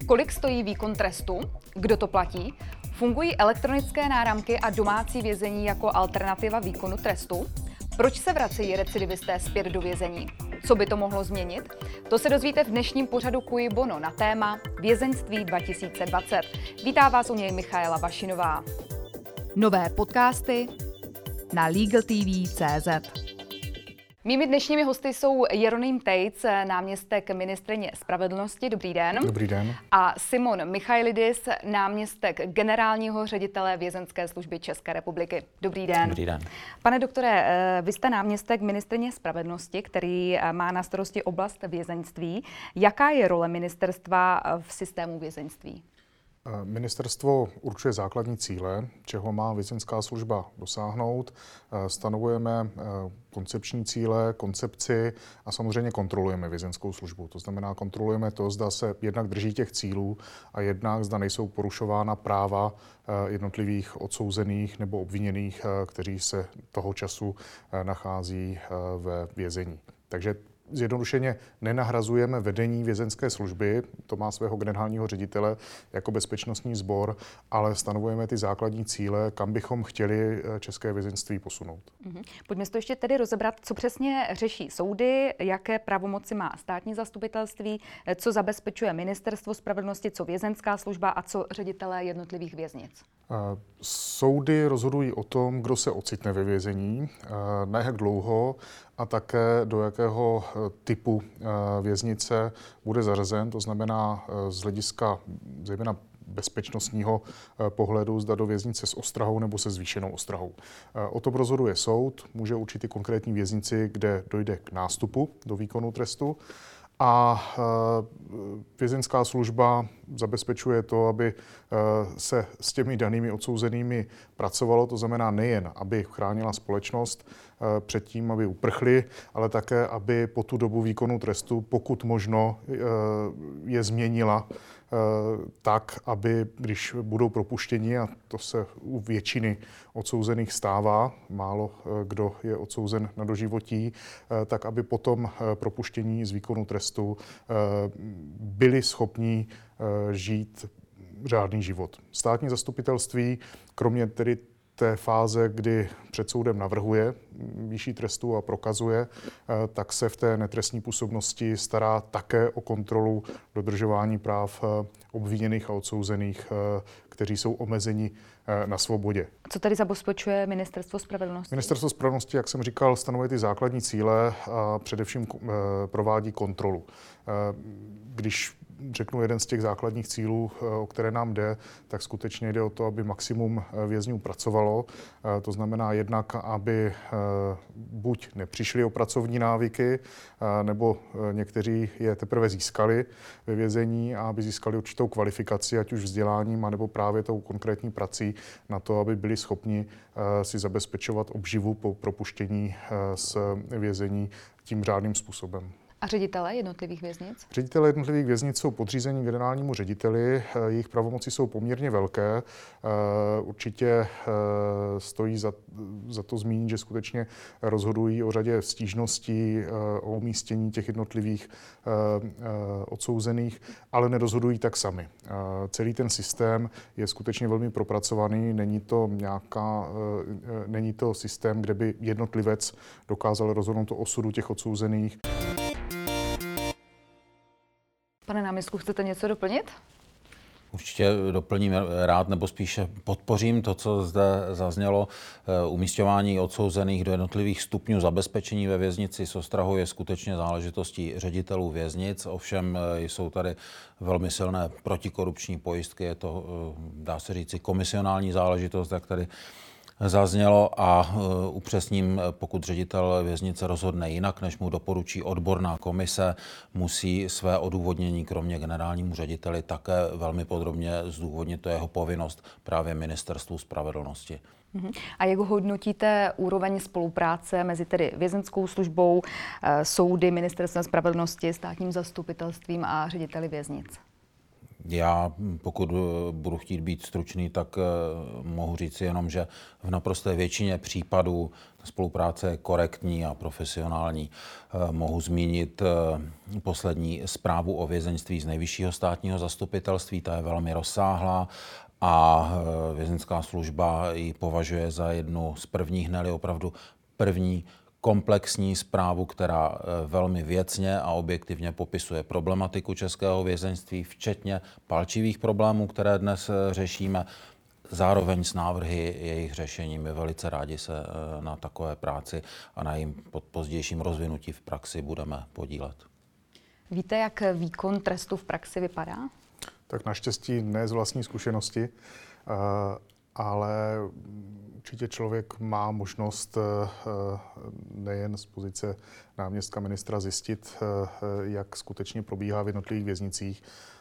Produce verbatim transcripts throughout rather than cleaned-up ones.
Kolik stojí výkon trestu? Kdo to platí? Fungují elektronické náramky a domácí vězení jako alternativa výkonu trestu? Proč se vracejí recidivisté zpět do vězení? Co by to mohlo změnit? To se dozvíte v dnešním pořadu Cui Bono na téma Vězeňství dva tisíce dvacet. Vítá vás u něj Michaela Vašinová. Nové podcasty na legal t v tečka cé zet. Mými dnešními hosty jsou Jeroným Tejc, náměstek ministryně spravedlnosti. Dobrý den. Dobrý den. A Simon Michailidis, náměstek generálního ředitele Vězeňské služby České republiky. Dobrý den. Dobrý den. Pane doktore, vy jste náměstek ministryně spravedlnosti, který má na starosti oblast vězeňství. Jaká je role ministerstva v systému vězeňství? Ministerstvo určuje základní cíle, čeho má vězeňská služba dosáhnout. Stanovujeme koncepční cíle, koncepci a samozřejmě kontrolujeme vězeňskou službu. To znamená, kontrolujeme to, zda se jednak drží těch cílů a jednak zda nejsou porušována práva jednotlivých odsouzených nebo obviněných, kteří se toho času nachází ve vězení. Takže zjednodušeně nenahrazujeme vedení vězeňské služby, to má svého generálního ředitele jako bezpečnostní sbor, ale stanovujeme ty základní cíle, kam bychom chtěli české vězeňství posunout. Mm-hmm. Pojďme si to ještě tedy rozebrat, co přesně řeší soudy, jaké pravomoci má státní zastupitelství, co zabezpečuje ministerstvo spravedlnosti, co vězeňská služba a co ředitelé jednotlivých věznic. Soudy rozhodují o tom, kdo se ocitne ve vězení, na jak dlouho a také do jakého typu věznice bude zařazen. To znamená z hlediska zejména bezpečnostního pohledu, zda do věznice s ostrahou nebo se zvýšenou ostrahou. O tom rozhoduje soud, může určit i konkrétní věznici, kde dojde k nástupu do výkonu trestu. A vězeňská služba zabezpečuje to, aby se s těmi danými odsouzenými pracovalo. To znamená nejen, aby chránila společnost před tím, aby uprchli, ale také, aby po tu dobu výkonu trestu, pokud možno, je změnila tak, aby když budou propuštěni, a to se u většiny odsouzených stává, málo kdo je odsouzen na doživotí, tak aby potom propuštění z výkonu trestu byli schopni žít řádný život. Státní zastupitelství, kromě tedy té fáze, kdy před soudem navrhuje výši trestu a prokazuje, tak se v té netrestní působnosti stará také o kontrolu dodržování práv obviněných a odsouzených, kteří jsou omezeni na svobodě. Co tady zabezpečuje Ministerstvo spravedlnosti? Ministerstvo spravedlnosti, jak jsem říkal, stanovuje ty základní cíle a především provádí kontrolu. Když řeknu jeden z těch základních cílů, o které nám jde, tak skutečně jde o to, aby maximum vězňů pracovalo. To znamená jednak, aby buď nepřišli o pracovní návyky, nebo někteří je teprve získali ve vězení a aby získali určitou kvalifikaci, ať už vzděláním, anebo právě tou konkrétní prací na to, aby byli schopni si zabezpečovat obživu po propuštění z vězení tím řádným způsobem. A ředitelé jednotlivých věznic? Ředitelé jednotlivých věznic jsou podřízení generálnímu řediteli, jejich pravomoci jsou poměrně velké. Určitě stojí za, za to zmínit, že skutečně rozhodují o řadě stížností, o umístění těch jednotlivých odsouzených, ale nerozhodují tak sami. Celý ten systém je skutečně velmi propracovaný, není to nějaká, není to systém, kde by jednotlivec dokázal rozhodnout o osudu těch odsouzených. Pane náměstku, chcete něco doplnit? Určitě doplním rád, nebo spíše podpořím to, co zde zaznělo. Umísťování odsouzených do jednotlivých stupňů zabezpečení ve věznici s ostrahou je skutečně záležitostí ředitelů věznic. Ovšem jsou tady velmi silné protikorupční pojistky. Je to, dá se říci, komisionální záležitost, jak tady zaznělo, a upřesním, pokud ředitel věznice rozhodne jinak, než mu doporučí odborná komise, musí své odůvodnění kromě generálnímu řediteli také velmi podrobně zdůvodnit, to je jeho povinnost právě Ministerstvu spravedlnosti. A jak hodnotíte úroveň spolupráce mezi tedy vězeňskou službou, soudy, Ministerstvem spravedlnosti, státním zastupitelstvím a řediteli věznic? Já, pokud budu chtít být stručný, tak mohu říct jenom, že v naprosté většině případů spolupráce je korektní a profesionální. Mohu zmínit poslední zprávu o vězeňství z Nejvyššího státního zastupitelství, ta je velmi rozsáhlá a vězeňská služba ji považuje za jednu z prvních, ne-li opravdu první komplexní zprávu, která velmi věcně a objektivně popisuje problematiku českého vězeňství, včetně palčivých problémů, které dnes řešíme, zároveň s návrhy jejich řešení. My velice rádi se na takové práci a na jejím pozdějším rozvinutí v praxi budeme podílet. Víte, jak výkon trestu v praxi vypadá? Tak naštěstí ne z vlastní zkušenosti, ale určitě člověk má možnost nejen z pozice náměstka ministra zjistit, jak skutečně probíhá v jednotlivých věznicích.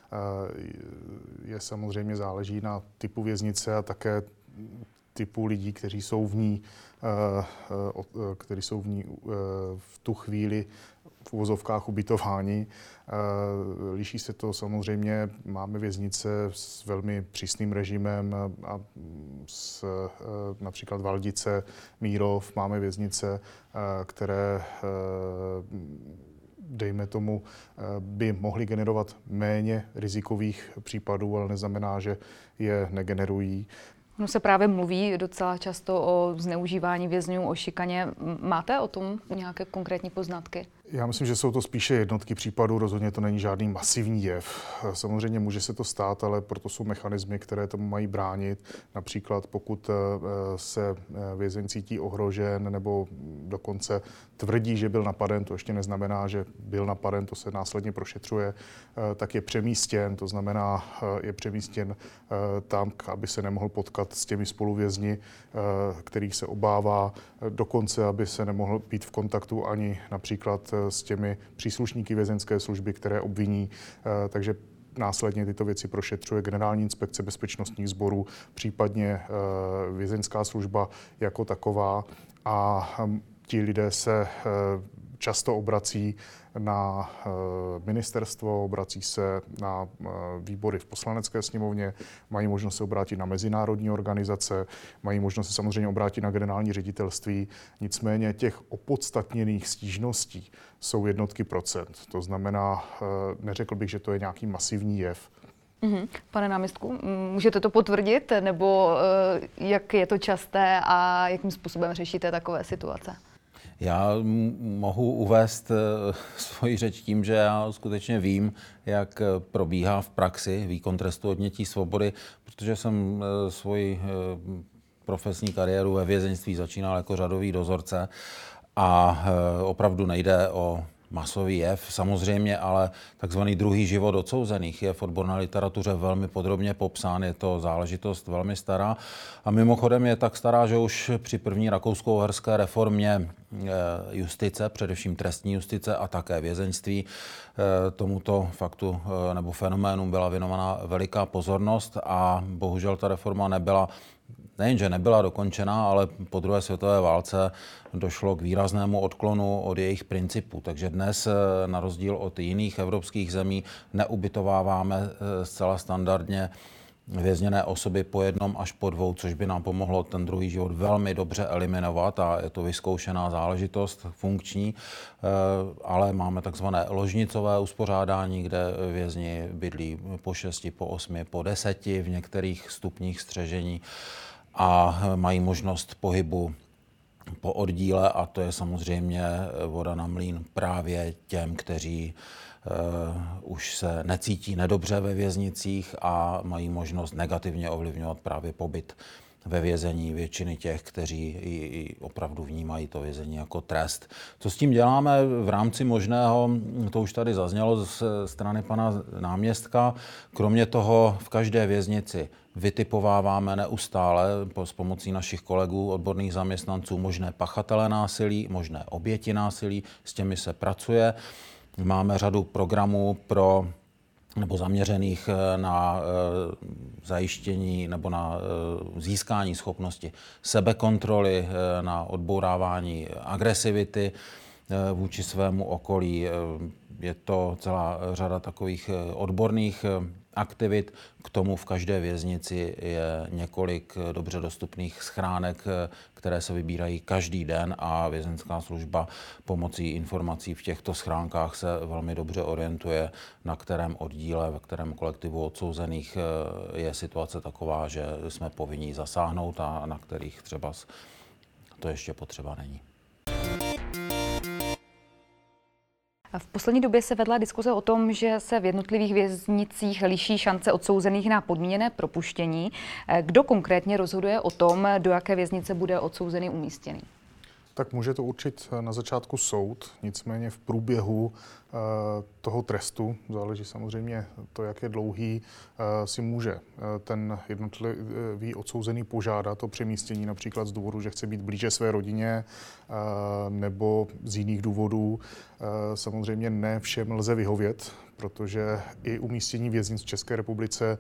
Je samozřejmě záleží na typu věznice a také typu lidí, kteří jsou v ní, kteří jsou v ní v tu chvíli v uvozovkách ubytováni. Liší se to samozřejmě, máme věznice s velmi přísným režimem a s, například Valdice, Mírov, máme věznice, které dejme tomu, by mohly generovat méně rizikových případů, ale neznamená, že je negenerují. No se právě mluví docela často o zneužívání vězňů, o šikaně. Máte o tom nějaké konkrétní poznatky? Já myslím, že jsou to spíše jednotky případů, rozhodně to není žádný masivní jev. Samozřejmě může se to stát, ale proto jsou mechanismy, které tomu mají bránit. Například pokud se vězeň cítí ohrožen nebo dokonce tvrdí, že byl napaden, to ještě neznamená, že byl napaden, to se následně prošetřuje, tak je přemístěn, to znamená, je přemístěn tam, aby se nemohl potkat s těmi spoluvězni, kterých se obává, dokonce, aby se nemohl být v kontaktu ani například s těmi příslušníky vězeňské služby, které obviní, takže následně tyto věci prošetřuje Generální inspekce bezpečnostních sborů, případně vězeňská služba jako taková a ti lidé se často obrací na ministerstvo, obrací se na výbory v Poslanecké sněmovně, mají možnost se obrátit na mezinárodní organizace, mají možnost se samozřejmě obrátit na generální ředitelství. Nicméně těch opodstatněných stížností jsou jednotky procent. To znamená, neřekl bych, že to je nějaký masivní jev. Mm-hmm. Pane náměstku, můžete to potvrdit, nebo jak je to časté a jakým způsobem řešíte takové situace? Já mohu uvést svoji řeč tím, že já skutečně vím, jak probíhá v praxi výkon trestu odnětí svobody, protože jsem svoji profesní kariéru ve vězeňství začínal jako řadový dozorce a opravdu nejde o masový jev, samozřejmě, ale takzvaný druhý život odsouzených je v odborné literatuře velmi podrobně popsán, je to záležitost velmi stará a mimochodem je tak stará, že už při první rakousko-uherské reformě justice, především trestní justice a také vězeňství, tomuto faktu nebo fenoménu byla věnovaná veliká pozornost a bohužel ta reforma nebyla Nejenže nebyla dokončena, ale po druhé světové válce došlo k výraznému odklonu od jejich principů. Takže dnes, na rozdíl od jiných evropských zemí, neubytováváme zcela standardně vězněné osoby po jednom až po dvou, což by nám pomohlo ten druhý život velmi dobře eliminovat a je to vyzkoušená záležitost, funkční, ale máme takzvané ložnicové uspořádání, kde vězni bydlí po šesti, po osmi, po deseti v některých stupních střežení a mají možnost pohybu po oddíle a to je samozřejmě voda na mlýn právě těm, kteří uh, už se necítí nedobře ve věznicích a mají možnost negativně ovlivňovat právě pobyt ve vězení většiny těch, kteří i, i opravdu vnímají to vězení jako trest. Co s tím děláme v rámci možného, to už tady zaznělo z strany pana náměstka, kromě toho v každé věznici vytipováváme neustále s pomocí našich kolegů, odborných zaměstnanců, možné pachatele násilí, možné oběti násilí, s těmi se pracuje. Máme řadu programů pro nebo zaměřených na zajištění nebo na získání schopnosti sebekontroly, na odbourávání agresivity vůči svému okolí. Je to celá řada takových odborných aktivit. K tomu v každé věznici je několik dobře dostupných schránek, které se vybírají každý den a vězeňská služba pomocí informací v těchto schránkách se velmi dobře orientuje, na kterém oddíle, ve kterém kolektivu odsouzených je situace taková, že jsme povinni zasáhnout a na kterých třeba to ještě potřeba není. V poslední době se vedla diskuze o tom, že se v jednotlivých věznicích liší šance odsouzených na podmíněné propuštění. Kdo konkrétně rozhoduje o tom, do jaké věznice bude odsouzený umístěný? Tak může to určit na začátku soud, nicméně v průběhu toho trestu, záleží samozřejmě to, jak je dlouhý, si může ten jednotlivý odsouzený požádat o přemístění například z důvodu, že chce být blíže své rodině nebo z jiných důvodů. Samozřejmě ne všem lze vyhovět, protože i umístění věznic v České republice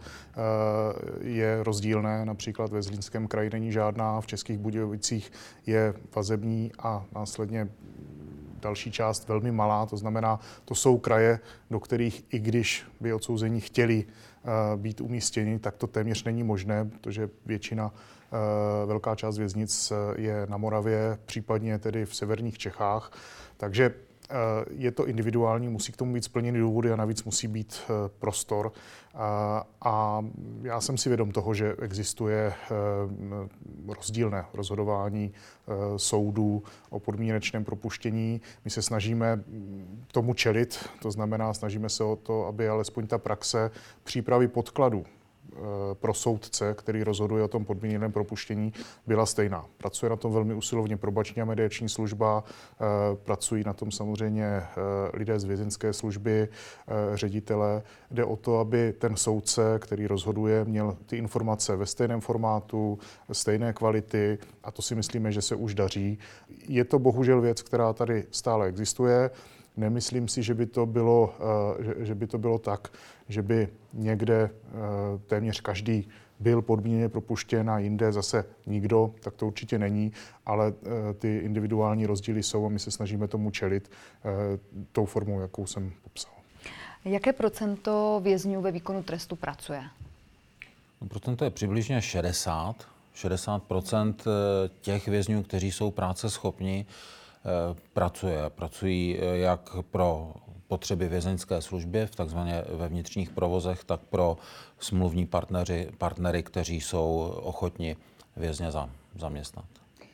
je rozdílné. Například ve Zlínském kraji není žádná, v Českých Budějovicích je vazební a následně další část velmi malá, to znamená, to jsou kraje, do kterých i když by odsouzení chtěli uh, být umístěni, tak to téměř není možné, protože většina, uh, velká část věznic je na Moravě, případně tedy v severních Čechách. Takže uh, je to individuální, musí k tomu být splněny důvody a navíc musí být uh, prostor. Uh, a já jsem si vědom toho, že existuje uh, rozdílné rozhodování uh, soudů o podmínečném propuštění. My se snažíme tomu čelit, to znamená, snažíme se o to, aby alespoň ta praxe přípravy podkladů pro soudce, který rozhoduje o tom podmíněném propuštění, byla stejná. Pracuje na tom velmi usilovně probační a mediační služba, pracují na tom samozřejmě lidé z vězeňské služby, ředitele. Jde o to, aby ten soudce, který rozhoduje, měl ty informace ve stejném formátu, stejné kvality a to si myslíme, že se už daří. Je to bohužel věc, která tady stále existuje. Nemyslím si, že by to bylo, že, že by to bylo tak, že by někde téměř každý byl podmíněně propuštěn a jinde zase nikdo, tak to určitě není, ale ty individuální rozdíly jsou a my se snažíme tomu čelit tou formou, jakou jsem popsal. Jaké procento vězňů ve výkonu trestu pracuje? No, procento je přibližně šedesát. šedesát procent těch vězňů, kteří jsou práce schopni, pracuje. Pracují jak pro potřeby vězeňské služby, v takzvaně ve vnitřních provozech, tak pro smluvní partneři, partnery, kteří jsou ochotni vězně za, zaměstnat.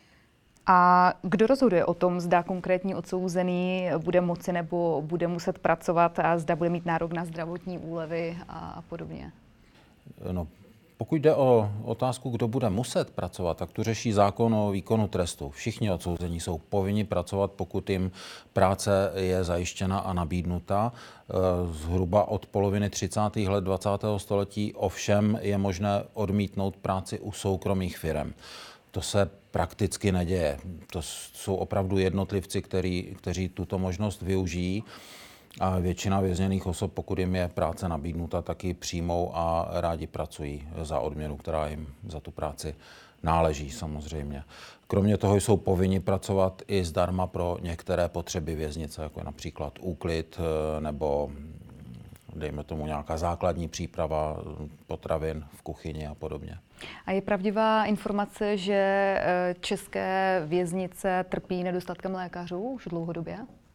A kdo rozhoduje o tom, zda konkrétní odsouzený bude moci nebo bude muset pracovat a zda bude mít nárok na zdravotní úlevy a podobně? No, pokud jde o otázku, kdo bude muset pracovat, tak tu řeší zákon o výkonu trestu. Všichni odsouzení jsou povinni pracovat, pokud jim práce je zajištěna a nabídnuta. Zhruba od poloviny třicátých let dvacátého století ovšem je možné odmítnout práci u soukromých firem. To se prakticky neděje. To jsou opravdu jednotlivci, který, kteří tuto možnost využijí. A většina vězněných osob, pokud jim je práce nabídnuta, tak ji přijmou a rádi pracují za odměnu, která jim za tu práci náleží samozřejmě. Kromě toho jsou povinni pracovat i zdarma pro některé potřeby věznice, jako je například úklid nebo dejme tomu nějaká základní příprava potravin v kuchyni a podobně. A je pravdivá informace, že české věznice trpí nedostatkem lékařů už dlouhodobě?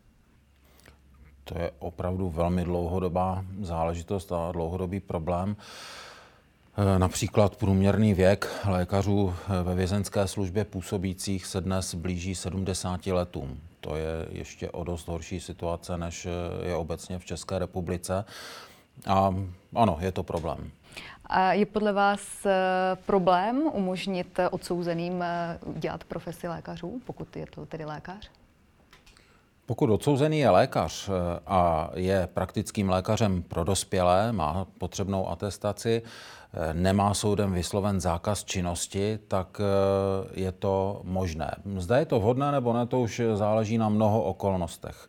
To je opravdu velmi dlouhodobá záležitost a dlouhodobý problém. Například průměrný věk lékařů ve vězeňské službě působících se dnes blíží sedmdesáti letům. To je ještě o dost horší situace, než je obecně v České republice. A ano, je to problém. A je podle vás problém umožnit odsouzeným dělat profesi lékařů, pokud je to tedy lékař? Pokud odsouzený je lékař a je praktickým lékařem pro dospělé, má potřebnou atestaci, nemá soudem vysloven zákaz činnosti, tak je to možné. Zda je to vhodné nebo ne, to už záleží na mnoho okolnostech.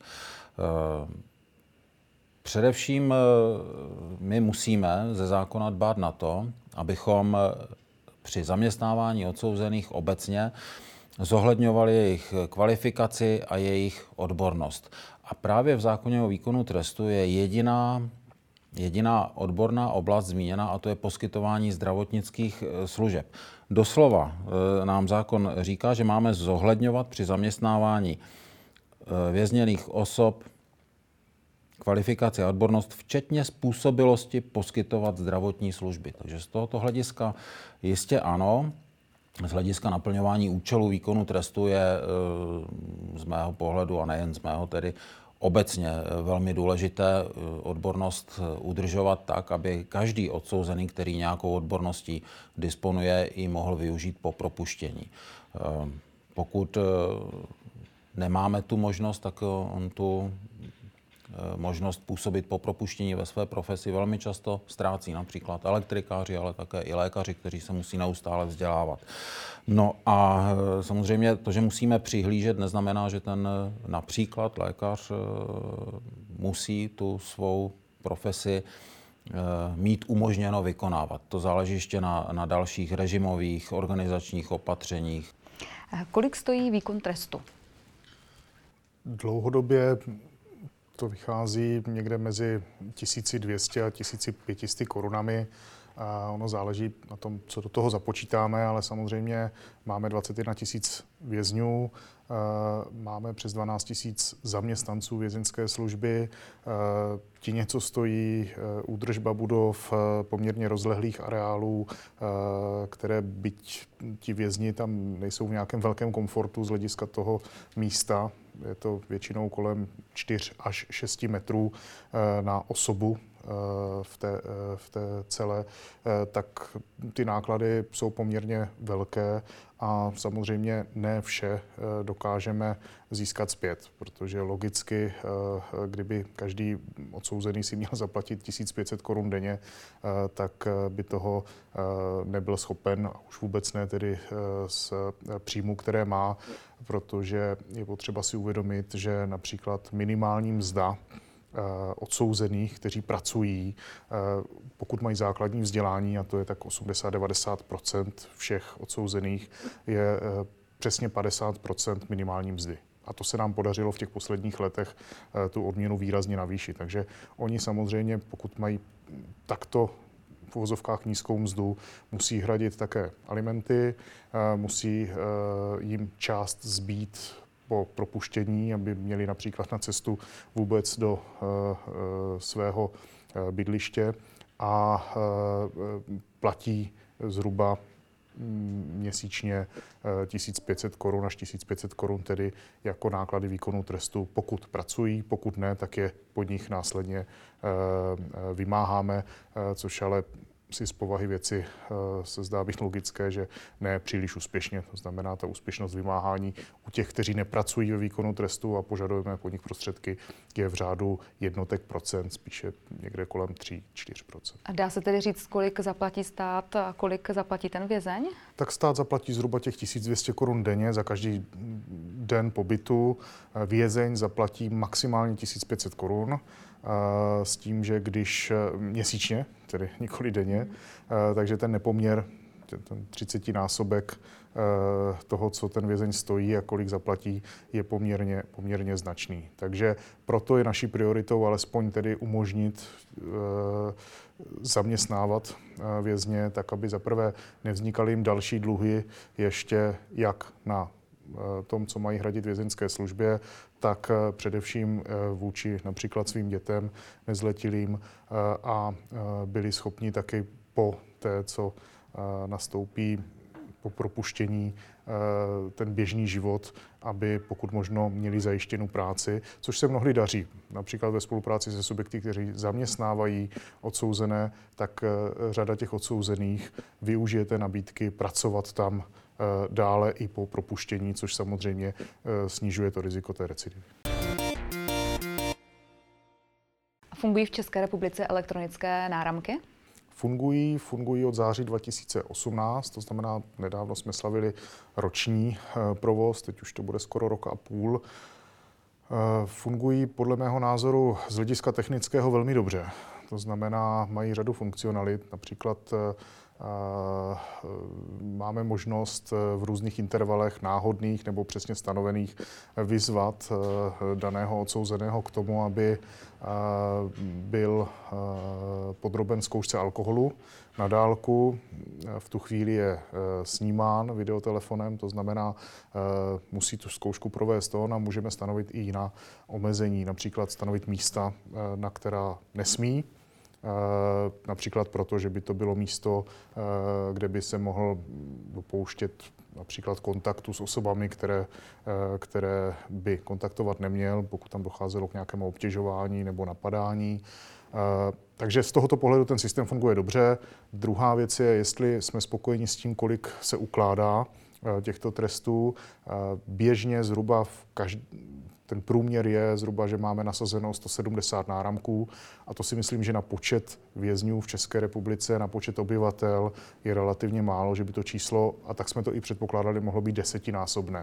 Především my musíme ze zákona dbát na to, abychom při zaměstnávání odsouzených obecně zohledňovali jejich kvalifikaci a jejich odbornost. A právě v zákoně o výkonu trestu je jediná jediná odborná oblast zmíněna, a to je poskytování zdravotnických služeb. Doslova nám zákon říká, že máme zohledňovat při zaměstnávání vězněných osob kvalifikaci a odbornost, včetně způsobilosti poskytovat zdravotní služby. Takže z tohoto hlediska jistě ano. Z hlediska naplňování účelu výkonu trestu je z mého pohledu, a nejen z mého tedy, obecně velmi důležité odbornost udržovat tak, aby každý odsouzený, který nějakou odborností disponuje, ji mohl využít po propuštění. Pokud nemáme tu možnost, tak on tu možnost působit po propuštění ve své profesi velmi často ztrácí, například elektrikáři, ale také i lékaři, kteří se musí neustále vzdělávat. No a samozřejmě to, že musíme přihlížet, neznamená, že ten například lékař musí tu svou profesi mít umožněno vykonávat. To záleží ještě na, na dalších režimových, organizačních opatřeních. Kolik stojí výkon trestu? Dlouhodobě to vychází někde mezi tisíc dvě stě a tisíc pět set korunami. A ono záleží na tom, co do toho započítáme, ale samozřejmě máme dvacet jedna tisíc vězňů, máme přes dvanáct tisíc zaměstnanců vězeňské služby. Ti něco stojí, údržba budov poměrně rozlehlých areálů, které byť ti vězni tam nejsou v nějakém velkém komfortu z hlediska toho místa. Je to většinou kolem čtyři až šest metrů na osobu v té, v té celé, tak ty náklady jsou poměrně velké a samozřejmě ne vše dokážeme získat zpět, protože logicky, kdyby každý odsouzený si měl zaplatit tisíc pět set korun denně, tak by toho nebyl schopen, a už vůbec ne tedy z příjmu, které má, protože je potřeba si uvědomit, že například minimální mzda odsouzených, kteří pracují, pokud mají základní vzdělání, a to je tak osmdesát až devadesát procent všech odsouzených, je přesně padesát procent minimální mzdy. A to se nám podařilo v těch posledních letech tu odměnu výrazně navýšit. Takže oni samozřejmě, pokud mají takto v uvozovkách nízkou mzdu, musí hradit také alimenty, musí jim část zbýt po propuštění, aby měli například na cestu vůbec do uh, uh, svého uh, bydliště a uh, platí zhruba měsíčně tisíc pět set korun až tisíc pět set korun tedy jako náklady výkonu trestu, pokud pracují, pokud ne, tak je pod nich následně uh, vymáháme, uh, což ale si z povahy věci se zdá být logické, že ne příliš úspěšně. To znamená, ta úspěšnost vymáhání u těch, kteří nepracují ve výkonu trestu a požadujeme po nich prostředky, je v řádu jednotek procent, spíše někde kolem tři až čtyři procenta. A dá se tedy říct, kolik zaplatí stát a kolik zaplatí ten vězeň? Tak stát zaplatí zhruba těch tisíc dvě stě korun denně za každý den pobytu. Vězeň zaplatí maximálně tisíc pět set korun. S tím, že když měsíčně, tedy nikoli denně, takže ten nepoměr, ten třicetinásobek toho, co ten vězeň stojí a kolik zaplatí, je poměrně, poměrně značný. Takže proto je naší prioritou alespoň tedy umožnit zaměstnávat vězně, tak aby zaprvé nevznikaly jim další dluhy ještě jak na tom, co mají hradit vězeňské službě, tak především vůči například svým dětem, nezletilým, a byli schopni taky po té, co nastoupí po propuštění ten běžný život, aby pokud možno měli zajištěnou práci, což se mnohdy daří. Například ve spolupráci se subjekty, kteří zaměstnávají odsouzené, tak řada těch odsouzených využije té nabídky pracovat tam dále i po propuštění, což samozřejmě snižuje to riziko té recidivy. Fungují v České republice elektronické náramky? Fungují, fungují od září dva tisíce osmnáct, to znamená, nedávno jsme slavili roční provoz, teď už to bude skoro rok a půl. Fungují podle mého názoru z hlediska technického velmi dobře. To znamená, mají řadu funkcionalit, například Máme možnost v různých intervalech náhodných nebo přesně stanovených vyzvat daného odsouzeného k tomu, aby byl podroben zkoušce alkoholu na dálku. V tu chvíli je snímán videotelefonem, to znamená, musí tu zkoušku provést on a můžeme stanovit i jiná omezení, například stanovit místa, na která nesmí. Například proto, že by to bylo místo, kde by se mohl dopouštět například kontaktu s osobami, které, které by kontaktovat neměl, pokud tam docházelo k nějakému obtěžování nebo napadání. Takže z tohoto pohledu ten systém funguje dobře. Druhá věc je, jestli jsme spokojeni s tím, kolik se ukládá těchto trestů. Běžně zhruba v každý, ten průměr je zhruba, že máme nasazeno sto sedmdesát náramků a to si myslím, že na počet vězňů v České republice, na počet obyvatel je relativně málo, že by to číslo, a tak jsme to i předpokládali, mohlo být desetinásobné.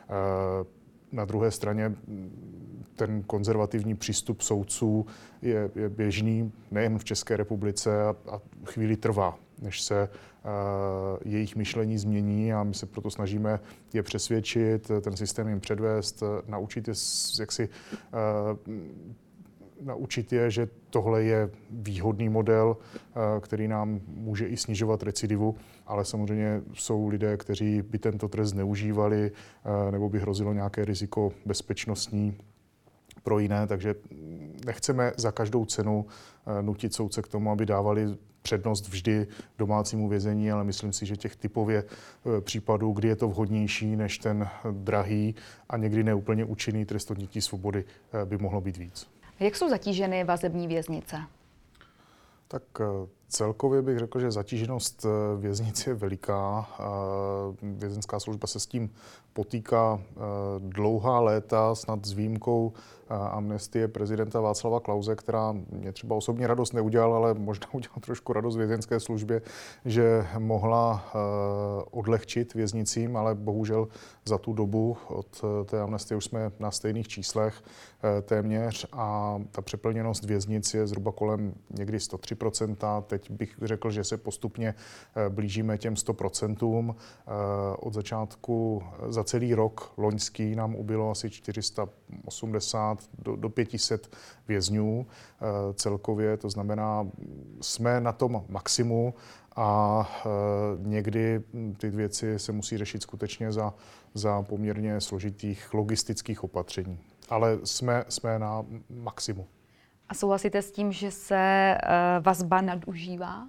Na druhé straně ten konzervativní přístup soudců je, je běžný nejen v České republice a, a chvíli trvá, než se uh, jejich myšlení změní a my se proto snažíme je přesvědčit, ten systém jim předvést, naučit je, jak si, uh, naučit je, že tohle je výhodný model, uh, který nám může i snižovat recidivu, ale samozřejmě jsou lidé, kteří by tento trest zneužívali uh, nebo by hrozilo nějaké riziko bezpečnostní pro jiné, takže nechceme za každou cenu nutit soudce k tomu, aby dávali přednost vždy domácímu vězení, ale myslím si, že těch typově případů, kdy je to vhodnější než ten drahý a někdy neúplně účinný trest odnětí svobody, by mohlo být víc. Jak jsou zatíženy vazební věznice? Tak celkově bych řekl, že zatíženost věznic je veliká. Vězenská služba se s tím potýká dlouhá léta, snad s výjimkou amnestie prezidenta Václava Klause, která mě třeba osobně radost neudělala, ale možná udělala trošku radost vězeňské službě, že mohla odlehčit věznicím, ale bohužel za tu dobu od té amnestie už jsme na stejných číslech téměř a ta přeplněnost věznic je zhruba kolem někdy sto tři procenta. Teď bych řekl, že se postupně blížíme těm sto procentům. Od začátku za celý rok loňský nám ubylo asi čtyři sta osmdesát do, do pět set vězňů celkově, to znamená, jsme na tom maximu a někdy ty věci se musí řešit skutečně za, za poměrně složitých logistických opatření. Ale jsme, jsme na maximu. A souhlasíte s tím, že se vazba nadužívá?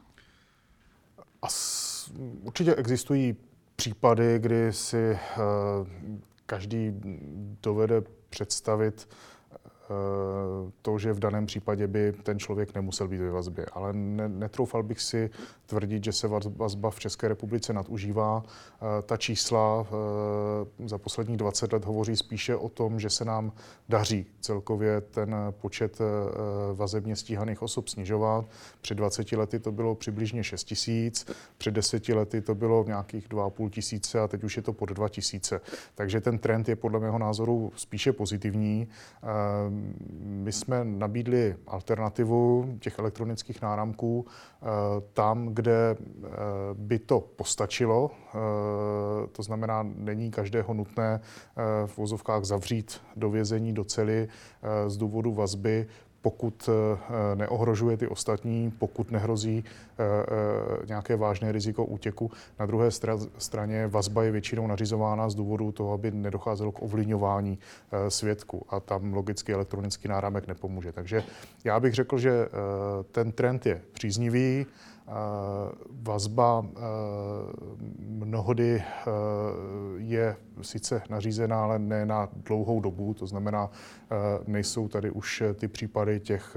A s, určitě existují případy, kdy si uh, každý dovede představit uh, to, že v daném případě by ten člověk nemusel být ve vazbě. Ale ne, netroufal bych si tvrdit, že se vazba v České republice nadužívá. Uh, ta čísla uh, za posledních dvacet let hovoří spíše o tom, že se nám daří celkově ten počet uh, vazebně stíhaných osob snižovat. Před dvaceti lety to bylo přibližně šest tisíc, před deseti lety to bylo nějakých dva a půl tisíce a teď už je to pod dva tisíce. Takže ten trend je podle mého názoru spíše pozitivní. Uh, my jsme nabídli alternativu těch elektronických náramků uh, tam, kde by to postačilo, to znamená, není každého nutné v vozovkách zavřít do vězení, do cely z důvodu vazby, pokud neohrožuje ty ostatní, pokud nehrozí nějaké vážné riziko útěku. Na druhé straně vazba je většinou nařizována z důvodu toho, aby nedocházelo k ovlivňování svědků a tam logicky elektronický náramek nepomůže. Takže já bych řekl, že ten trend je příznivý. Vazba mnohdy je sice nařízená, ale ne na dlouhou dobu, to znamená, nejsou tady už ty případy těch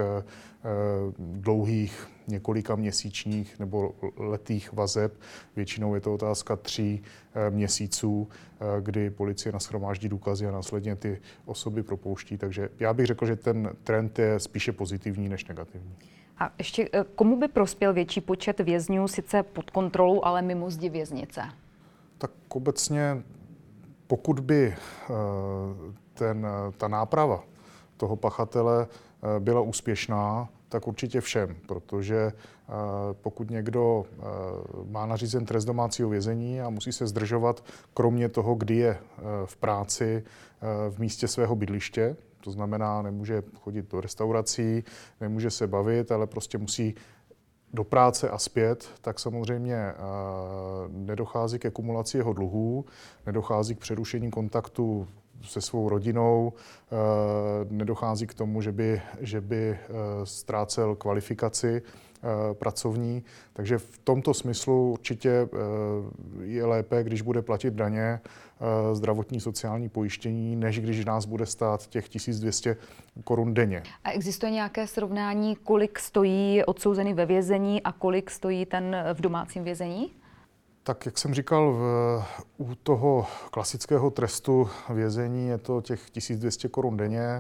dlouhých několika měsíčních nebo letých vazeb. Většinou je to otázka tří měsíců, kdy policie nashromáždí důkazy a následně ty osoby propouští. Takže já bych řekl, že ten trend je spíše pozitivní než negativní. A ještě komu by prospěl větší počet vězňů, sice pod kontrolou, ale mimo zdi věznice? Tak obecně, pokud by ten, ta náprava toho pachatele byla úspěšná, tak určitě všem, protože pokud někdo má nařízen trest domácího vězení a musí se zdržovat, kromě toho, kdy je v práci v místě svého bydliště, to znamená, nemůže chodit do restaurací, nemůže se bavit, ale prostě musí do práce a zpět, tak samozřejmě nedochází ke kumulaci jeho dluhů, nedochází k přerušení kontaktu se svou rodinou, nedochází k tomu, že by, že by ztrácel kvalifikaci pracovní. Takže v tomto smyslu určitě je lépe, když bude platit daně, zdravotní sociální pojištění, než když nás bude stát těch tisíc dvě stě korun denně. A existuje nějaké srovnání, kolik stojí odsouzený ve vězení a kolik stojí ten v domácím vězení? Tak, jak jsem říkal, v, u toho klasického trestu vězení je to těch tisíc dvě stě korun denně.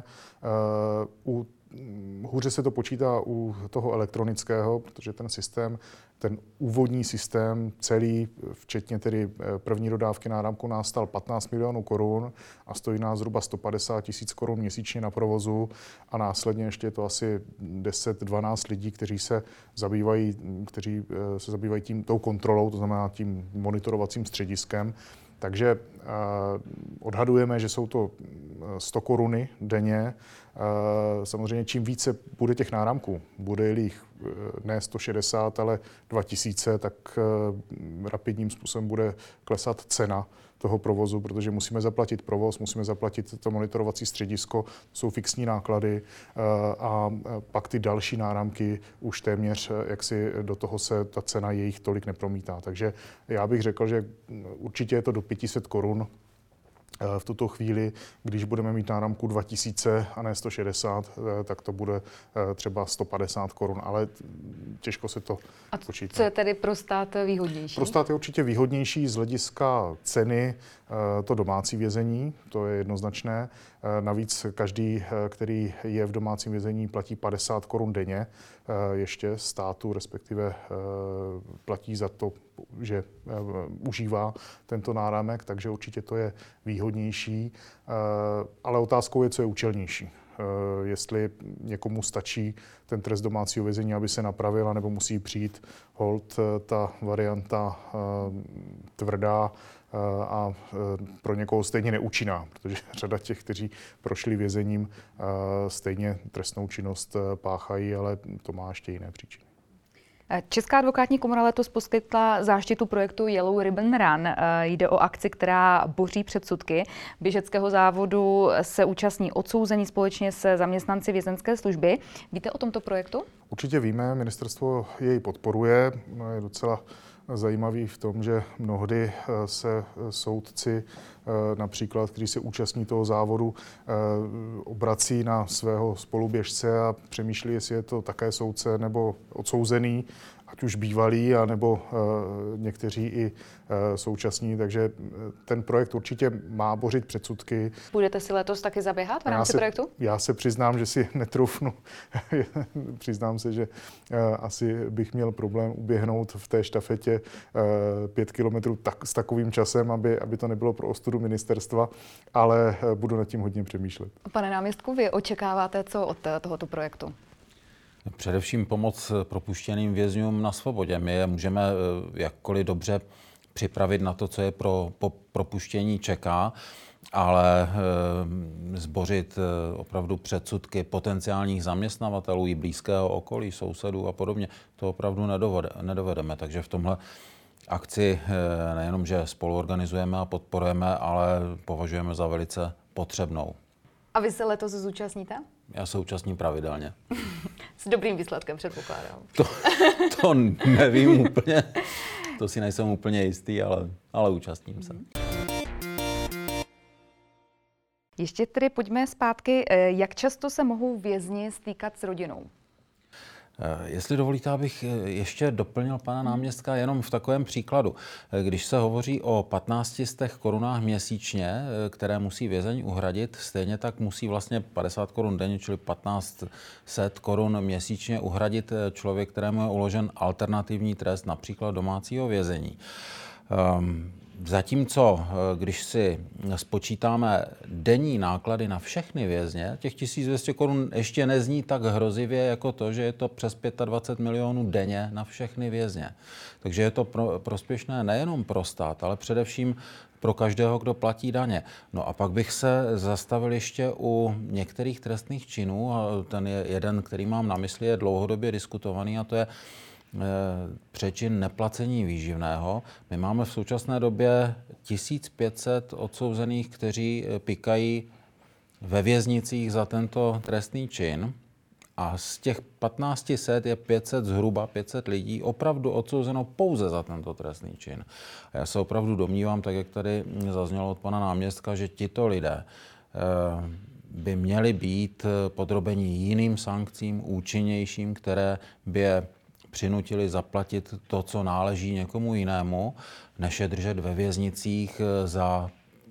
U Hůře se to počítá u toho elektronického, protože ten systém, ten úvodní systém celý, včetně tedy první dodávky náramku, nás stal patnáct milionů korun a stojí nás zhruba sto padesát tisíc korun měsíčně na provozu a následně ještě je to asi deset dvanáct lidí, kteří se zabývají, kteří se zabývají tím, tou kontrolou, to znamená tím monitorovacím střediskem. Takže eh, odhadujeme, že jsou to sto koruny denně. Eh, samozřejmě čím více bude těch náramků, bude jich ne sto šedesát, ale dva tisíce, tak eh, rapidním způsobem bude klesat cena toho provozu, protože musíme zaplatit provoz, musíme zaplatit to monitorovací středisko, jsou fixní náklady a pak ty další náramky už téměř, jak si do toho se ta cena jejich tolik nepromítá. Takže já bych řekl, že určitě je to do pět set korun v tuto chvíli, když budeme mít náramku dva tisíce a ne sto šedesát, tak to bude třeba sto padesát korun, ale těžko se to a počítá. Co je tedy pro stát výhodnější? Pro stát je určitě výhodnější z hlediska ceny to domácí vězení, to je jednoznačné. Navíc každý, který je v domácím vězení, platí padesát korun denně ještě státu, respektive platí za to, že užívá tento náramek, takže určitě to je výhodnější. Ale otázkou je, co je účelnější. Jestli někomu stačí ten trest domácího vězení, aby se napravil, nebo musí přijít holt ta varianta tvrdá a pro někoho stejně neúčinná, protože řada těch, kteří prošli vězením, stejně trestnou činnost páchají, ale to má ještě jiné příčiny. Česká advokátní komora letos poskytla záštitu projektu Yellow Ribbon Run. Jde o akci, která boří předsudky. Běžeckého závodu se účastní odsouzení společně se zaměstnanci vězenské služby. Víte o tomto projektu? Určitě víme, ministerstvo jej podporuje. Je docela zajímavý v tom, že mnohdy se soudci, například, kteří se účastní toho závodu, obrací na svého spoluběžce a přemýšlí, jestli je to také soudce nebo odsouzený, ať už bývalí, anebo uh, někteří i uh, současní. Takže ten projekt určitě má bořit předsudky. Budete si letos taky zaběhat v rámci já se, projektu? Já se přiznám, že si netroufnu. Přiznám se, že uh, asi bych měl problém uběhnout v té štafetě uh, pět kilometrů tak, s takovým časem, aby, aby to nebylo pro ostudu ministerstva, ale uh, budu nad tím hodně přemýšlet. Pane náměstku, vy očekáváte co od tohoto projektu? Především pomoc propuštěným vězňům na svobodě. My je můžeme jakkoliv dobře připravit na to, co je pro, po propuštění čeká, ale e, zbořit e, opravdu předsudky potenciálních zaměstnavatelů i blízkého okolí, sousedů a podobně, to opravdu nedovede, nedovedeme. Takže v tomhle akci e, nejenom, že spoluorganizujeme a podporujeme, ale považujeme za velice potřebnou. A vy se letos zúčastníte? Já se účastním pravidelně. S dobrým výsledkem, předpokládám. To, to nevím úplně, to si nejsem úplně jistý, ale, ale účastním se. Ještě tedy pojďme zpátky. Jak často se mohou vězni stýkat s rodinou? Jestli dovolíte, abych ještě doplnil pana náměstka jenom v takovém příkladu. Když se hovoří o patnácti stech korunách měsíčně, které musí vězeň uhradit, stejně tak musí vlastně padesát korun denně, čili patnáct set korun měsíčně uhradit člověk, kterému je uložen alternativní trest, například domácího vězení. Zatímco, když si spočítáme denní náklady na všechny vězně, těch tisíc dvě stě korun ještě nezní tak hrozivě jako to, že je to přes dvacet pět milionů denně na všechny vězně. Takže je to pro, prospěšné nejenom pro stát, ale především pro každého, kdo platí daně. No a pak bych se zastavil ještě u některých trestných činů, a ten je jeden, který mám na mysli, je dlouhodobě diskutovaný, a to je přečin neplacení výživného. My máme v současné době tisíc pět set odsouzených, kteří pikají ve věznicích za tento trestný čin, a z těch patnáct set je pět set, zhruba pět set lidí opravdu odsouzeno pouze za tento trestný čin. A já se opravdu domnívám, tak jak tady zaznělo od pana náměstka, že tito lidé by měli být podrobeni jiným sankcím, účinnějším, které by je přinutili zaplatit to, co náleží někomu jinému, než je držet ve věznicích za,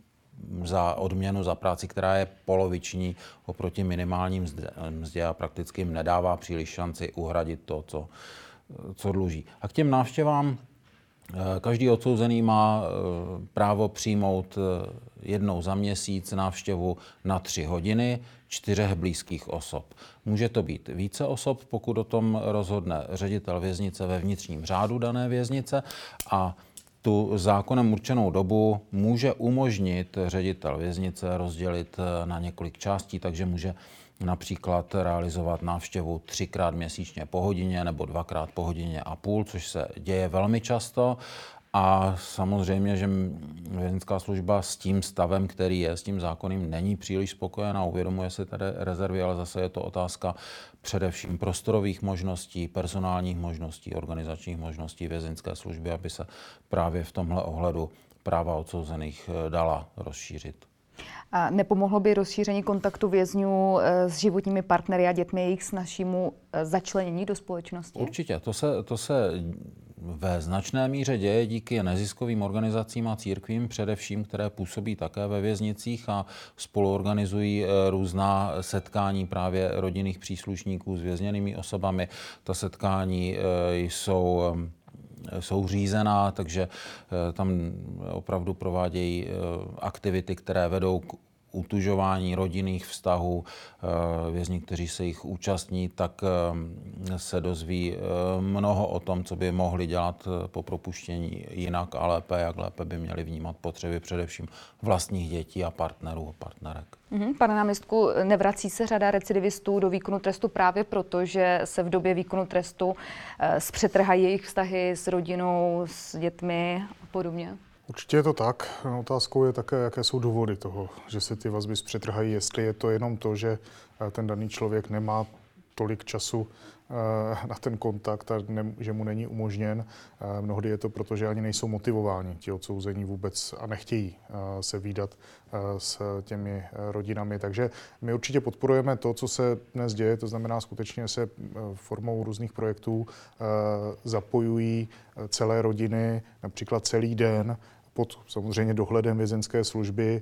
za odměnu za práci, která je poloviční oproti minimálním mzdě a prakticky jim nedává příliš šanci uhradit to, co, co dluží. A k těm návštěvám každý odsouzený má právo přijmout jednou za měsíc návštěvu na tři hodiny čtyřech blízkých osob. Může to být více osob, pokud o tom rozhodne ředitel věznice ve vnitřním řádu dané věznice, a tu zákonem určenou dobu může umožnit ředitel věznice rozdělit na několik částí, takže může například realizovat návštěvu třikrát měsíčně po hodině nebo dvakrát po hodině a půl, což se děje velmi často. A samozřejmě, že vězeňská služba s tím stavem, který je, s tím zákonným, není příliš spokojená, uvědomuje si tady rezervy, ale zase je to otázka především prostorových možností, personálních možností, organizačních možností vězeňské služby, aby se právě v tomhle ohledu práva odsouzených dala rozšířit. A nepomohlo by rozšíření kontaktu vězňů s životními partnery a dětmi jejich snažšímu začlenění do společnosti? Určitě. To se, to se ve značné míře děje díky neziskovým organizacím a církvím především, které působí také ve věznicích a spoluorganizují různá setkání právě rodinných příslušníků s vězněnými osobami. Ta setkání jsou jsou řízená, takže tam opravdu provádějí aktivity, které vedou k utužování rodinných vztahů. Vězni, kteří se jich účastní, tak se dozví mnoho o tom, co by mohli dělat po propuštění jinak a lépe, jak lépe by měli vnímat potřeby především vlastních dětí a partnerů a partnerek. Mm-hmm. Pane náměstku, nevrací se řada recidivistů do výkonu trestu právě proto, že se v době výkonu trestu zpřetrhají jejich vztahy s rodinou, s dětmi a podobně? Určitě je to tak. Otázkou je také, jaké jsou důvody toho, že se ty vazby zpřetrhají. Jestli je to jenom to, že ten daný člověk nemá tolik času na ten kontakt a ne, že mu není umožněn. Mnohdy je to proto, že ani nejsou motivováni ti odsouzení vůbec a nechtějí se vídat s těmi rodinami. Takže my určitě podporujeme to, co se dnes děje, to znamená skutečně se formou různých projektů zapojují celé rodiny, například celý den, pod samozřejmě dohledem vězeňské služby,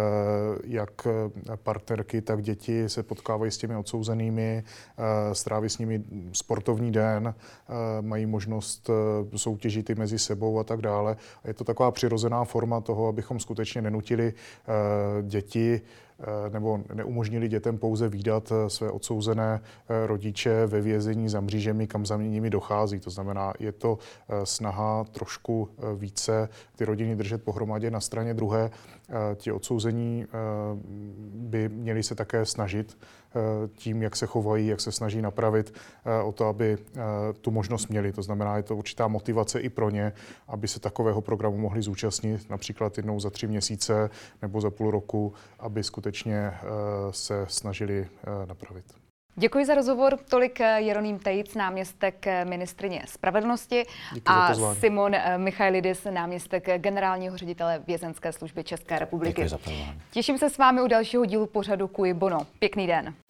jak partnerky, tak děti se potkávají s těmi odsouzenými, stráví s nimi sportovní den, mají možnost soutěžit i mezi sebou a tak dále. A je to taková přirozená forma toho, abychom skutečně nenutili děti nebo neumožnili dětem pouze vídat své odsouzené rodiče ve vězení za mřížemi, kam za nimi dochází. To znamená, je to snaha trošku více ty rodiny držet pohromadě. Na straně druhé ti odsouzení by měli se také snažit tím, jak se chovají, jak se snaží napravit o to, aby tu možnost měli. To znamená, je to určitá motivace i pro ně, aby se takového programu mohli zúčastnit, například jednou za tři měsíce nebo za půl roku, aby skutečně se snažili napravit. Děkuji za rozhovor. Tolik Jeroným Tejc, náměstek ministryně spravedlnosti, a Simon Michailidis, náměstek generálního ředitele Vězeňské služby České republiky. Děkuji za pozvání. Těším se s vámi u dalšího dílu pořadu Cui Bono. Pěkný den.